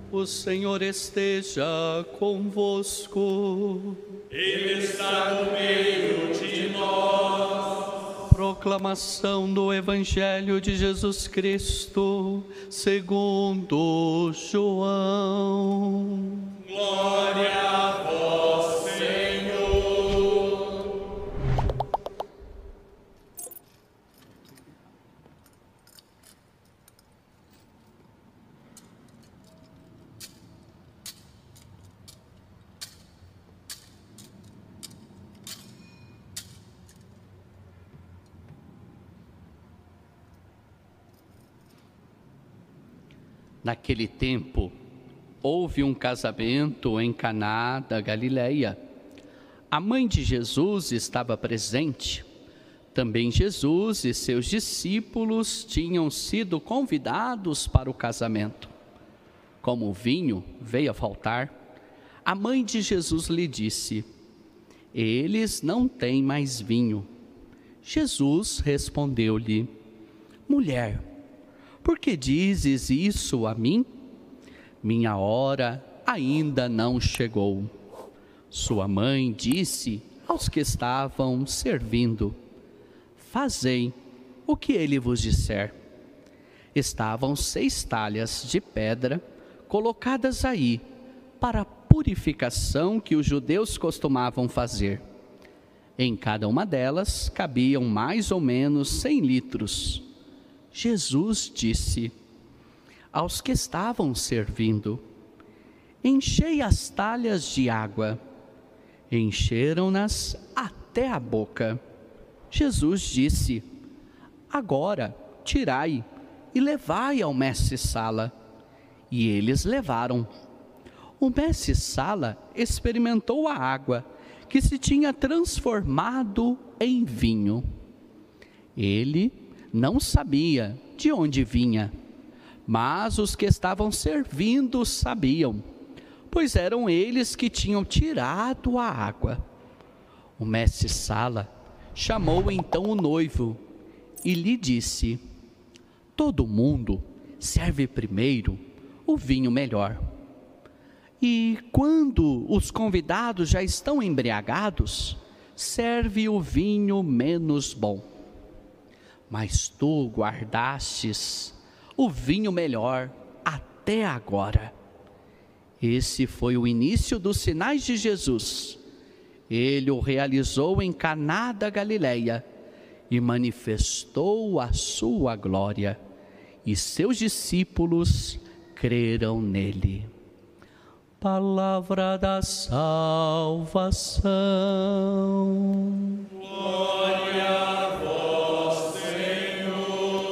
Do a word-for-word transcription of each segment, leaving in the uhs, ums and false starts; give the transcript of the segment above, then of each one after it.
O Senhor esteja convosco. Ele está no meio de nós. Proclamação do Evangelho de Jesus Cristo, segundo João. Glória a vós, Senhor. Naquele tempo, houve um casamento em Caná da Galileia. A mãe de Jesus estava presente. Também Jesus e seus discípulos tinham sido convidados para o casamento. Como o vinho veio a faltar, a mãe de Jesus lhe disse: eles não têm mais vinho. Jesus respondeu-lhe: mulher, por que dizes isso a mim? Minha hora ainda não chegou. Sua mãe disse aos que estavam servindo: fazei o que ele vos disser. Estavam seis talhas de pedra colocadas aí para a purificação que os judeus costumavam fazer. Em cada uma delas cabiam mais ou menos cem litros. Jesus disse aos que estavam servindo: enchei as talhas de água. Encheram-nas até a boca. Jesus disse: agora tirai e levai ao mestre-sala. E eles levaram. O mestre-sala experimentou a água, que se tinha transformado em vinho. Ele não sabia de onde vinha, mas os que estavam servindo sabiam, pois eram eles que tinham tirado a água. O mestre-sala chamou então o noivo e lhe disse: todo mundo serve primeiro o vinho melhor. E quando os convidados já estão embriagados, serve o vinho menos bom. Mas tu guardastes o vinho melhor até agora. Esse foi o início dos sinais de Jesus. Ele o realizou em Caná da Galileia e manifestou a sua glória, e seus discípulos creram nele. Palavra da salvação. Glória a vós, Senhor.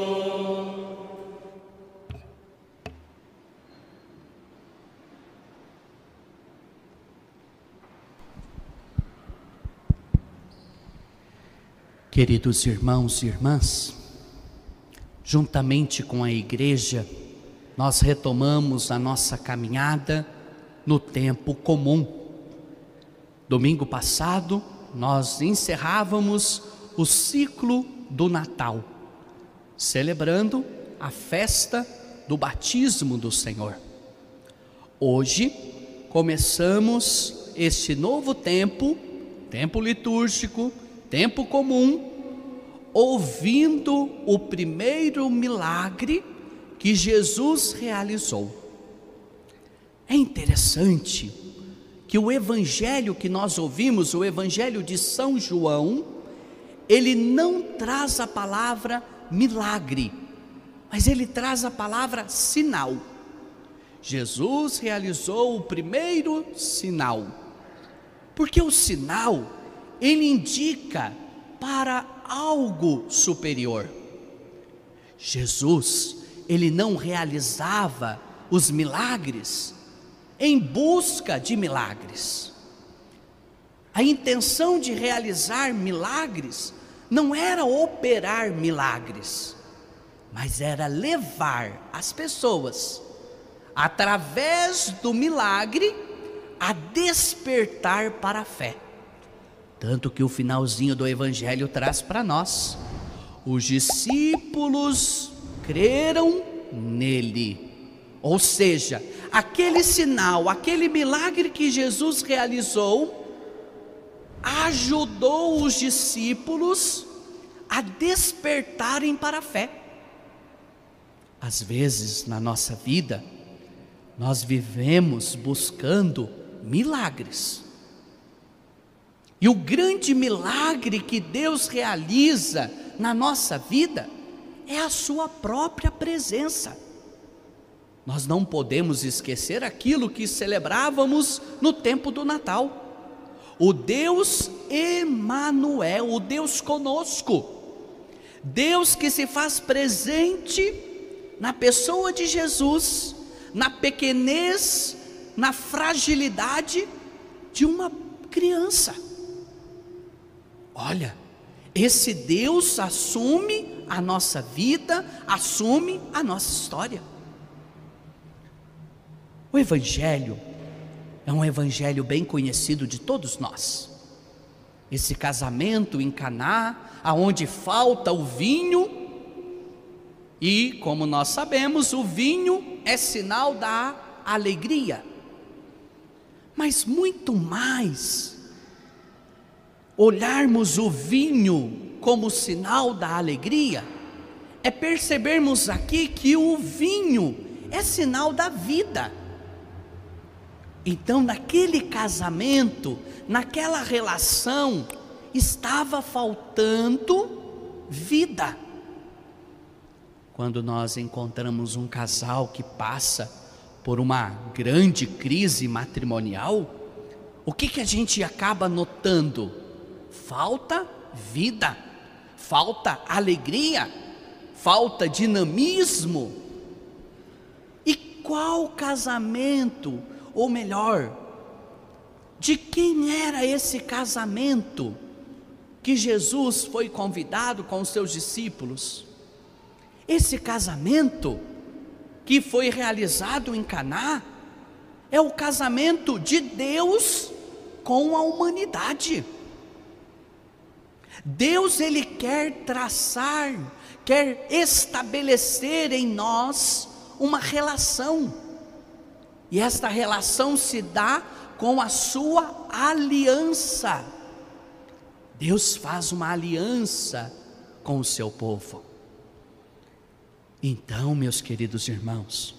Queridos irmãos e irmãs, juntamente com a igreja, nós retomamos a nossa caminhada no tempo comum. Domingo passado, nós encerrávamos o ciclo do Natal, celebrando a festa do batismo do Senhor. Hoje, começamos este novo tempo, tempo litúrgico, tempo comum, ouvindo o primeiro milagre que Jesus realizou. É interessante que o evangelho que nós ouvimos, o evangelho de São João, ele não traz a palavra milagre, mas ele traz a palavra sinal. Jesus realizou o primeiro sinal, porque o sinal, ele indica para algo superior. Jesus, ele não realizava os milagres em busca de milagres. A intenção de realizar milagres não era operar milagres, mas era levar as pessoas, através do milagre, a despertar para a fé. Tanto que o finalzinho do Evangelho traz para nós: os discípulos creram nele. Ou seja, aquele sinal, aquele milagre que Jesus realizou, ajudou os discípulos a despertarem para a fé. Às vezes na nossa vida, nós vivemos buscando milagres. E o grande milagre que Deus realiza na nossa vida é a sua própria presença. Nós não podemos esquecer aquilo que celebrávamos no tempo do Natal. O Deus Emanuel, o Deus conosco. Deus que se faz presente na pessoa de Jesus, na pequenez, na fragilidade de uma criança. Olha, esse Deus assume a nossa vida, assume a nossa história. O Evangelho é um evangelho bem conhecido de todos nós. Esse casamento em Caná, aonde falta o vinho, e como nós sabemos, o vinho é sinal da alegria. Mas muito mais, olharmos o vinho como sinal da alegria, é percebermos aqui que o vinho é sinal da vida. Então naquele casamento, naquela relação, estava faltando vida. Quando nós encontramos um casal que passa por uma grande crise matrimonial, o que que a gente acaba notando? Falta vida, falta alegria, falta dinamismo. E qual casamento, ou melhor, de quem era esse casamento que Jesus foi convidado com os seus discípulos? Esse casamento que foi realizado em Caná é o casamento de Deus com a humanidade. Deus, Ele quer traçar, quer estabelecer em nós uma relação, e esta relação se dá com a sua aliança. Deus faz uma aliança com o seu povo. Então, meus queridos irmãos,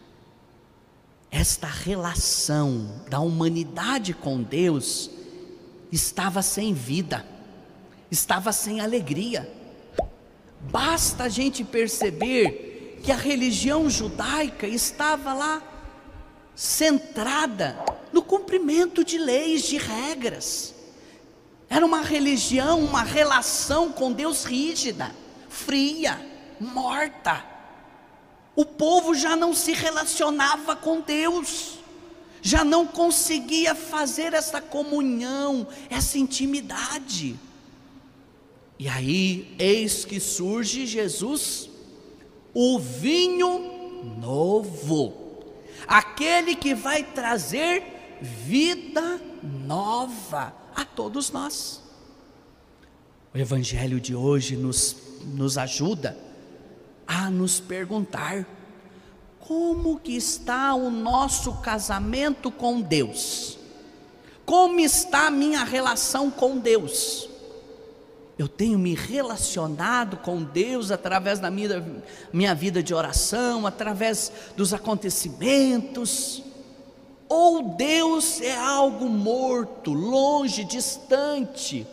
esta relação da humanidade com Deus estava sem vida, estava sem alegria. Basta a gente perceber que a religião judaica estava lá centrada no cumprimento de leis, de regras. Era uma religião, uma relação com Deus rígida, fria, morta. O povo já não se relacionava com Deus, já não conseguia fazer essa comunhão, essa intimidade. E aí, eis que surge Jesus, o vinho novo, aquele que vai trazer vida nova a todos nós. O Evangelho de hoje nos, nos ajuda a nos perguntar: como que está o nosso casamento com Deus? Como está a minha relação com Deus? Eu tenho me relacionado com Deus através da minha, minha vida de oração, através dos acontecimentos? Ou Deus é algo morto, longe, distante?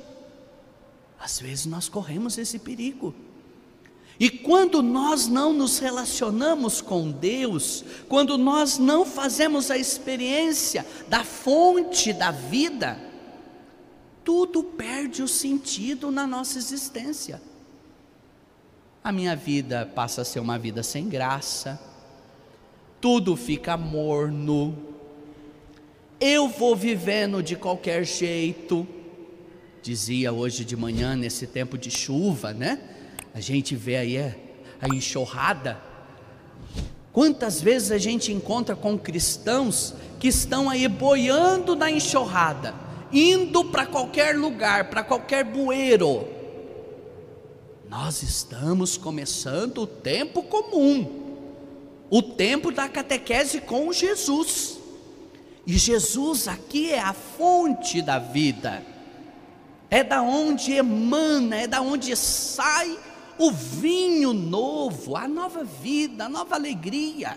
Às vezes nós corremos esse perigo. E quando nós não nos relacionamos com Deus, quando nós não fazemos a experiência da fonte da vida, tudo perde o sentido na nossa existência. A minha vida passa a ser uma vida sem graça, tudo fica morno, eu vou vivendo de qualquer jeito. Dizia hoje de manhã, nesse tempo de chuva, né? A gente vê aí a enxurrada. Quantas vezes a gente encontra com cristãos que estão aí boiando na enxurrada, indo para qualquer lugar, para qualquer bueiro. Nós estamos começando o tempo comum, o tempo da catequese com Jesus. E Jesus aqui é a fonte da vida, é da onde emana, é da onde sai o vinho novo, a nova vida, a nova alegria.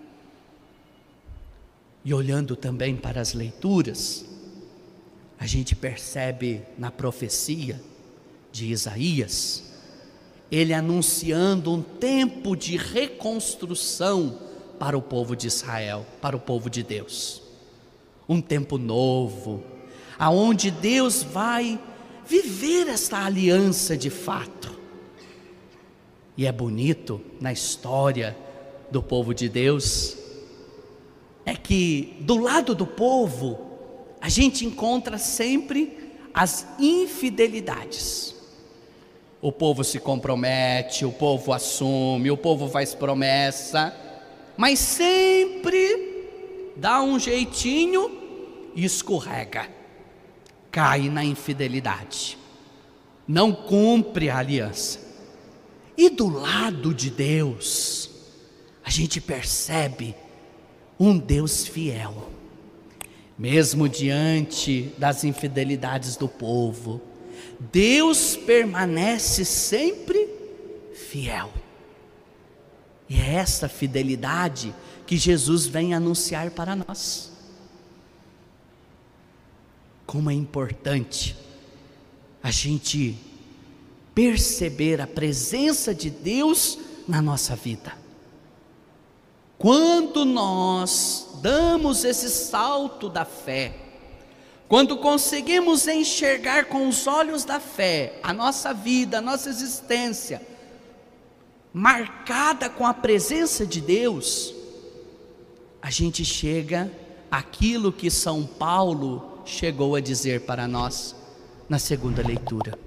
E olhando também para as leituras, a gente percebe na profecia de Isaías, ele anunciando um tempo de reconstrução para o povo de Israel, para o povo de Deus. Um tempo novo, aonde Deus vai viver esta aliança de fato. E é bonito na história do povo de Deus, é que do lado do povo, a gente encontra sempre as infidelidades. O povo se compromete, o povo assume, o povo faz promessa, mas sempre dá um jeitinho e escorrega, cai na infidelidade, não cumpre a aliança. E do lado de Deus, a gente percebe um Deus fiel, mesmo diante das infidelidades do povo, Deus permanece sempre fiel. E é essa fidelidade que Jesus vem anunciar para nós. Como é importante a gente perceber a presença de Deus na nossa vida. Quando nós damos esse salto da fé, quando conseguimos enxergar com os olhos da fé a nossa vida, a nossa existência, marcada com a presença de Deus, a gente chega àquilo que São Paulo chegou a dizer para nós na segunda leitura.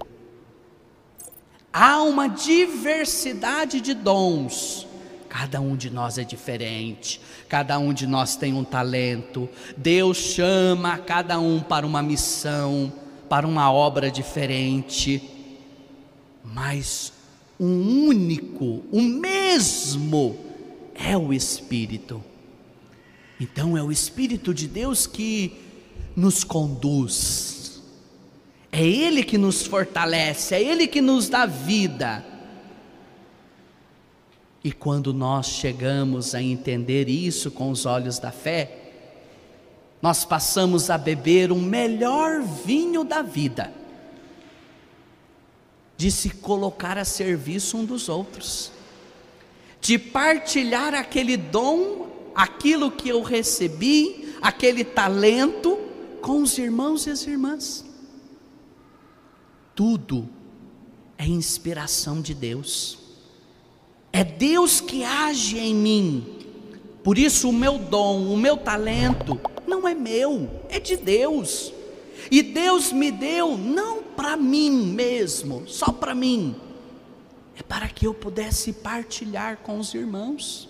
Há uma diversidade de dons, cada um de nós é diferente, cada um de nós tem um talento, Deus chama cada um para uma missão, para uma obra diferente, mas um único, o mesmo é o Espírito. Então é o Espírito de Deus que nos conduz, é Ele que nos fortalece, é Ele que nos dá vida. E quando nós chegamos a entender isso com os olhos da fé, nós passamos a beber o melhor vinho da vida, de se colocar a serviço um dos outros, de partilhar aquele dom, aquilo que eu recebi, aquele talento, com os irmãos e as irmãs. Tudo é inspiração de Deus, é Deus que age em mim. Por isso o meu dom, o meu talento não é meu, é de Deus. E Deus me deu não para mim mesmo, só para mim, é para que eu pudesse partilhar com os irmãos.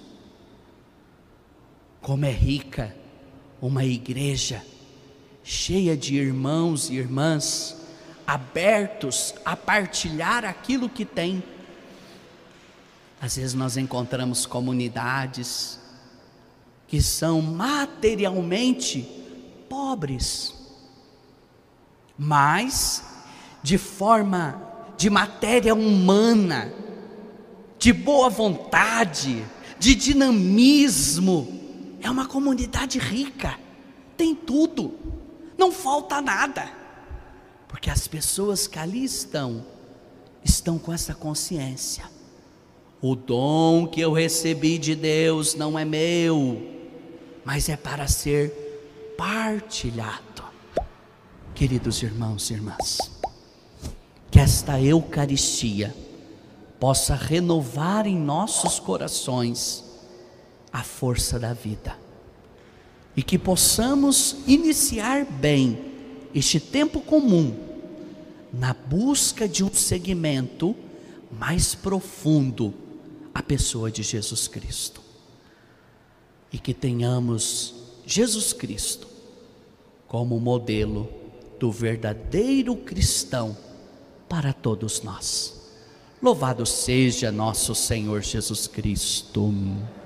Como é rica uma igreja cheia de irmãos e irmãs abertos a partilhar aquilo que tem. Às vezes nós encontramos comunidades que são materialmente pobres, mas de forma, de matéria humana, de boa vontade, de dinamismo, é uma comunidade rica, tem tudo, não falta nada, porque as pessoas que ali estão, estão com essa consciência: o dom que eu recebi de Deus não é meu, mas é para ser partilhado. Queridos irmãos e irmãs, que esta Eucaristia possa renovar em nossos corações a força da vida, e que possamos iniciar bem este tempo comum na busca de um segmento mais profundo à pessoa de Jesus Cristo, e que tenhamos Jesus Cristo como modelo do verdadeiro cristão para todos nós. Louvado seja nosso Senhor Jesus Cristo.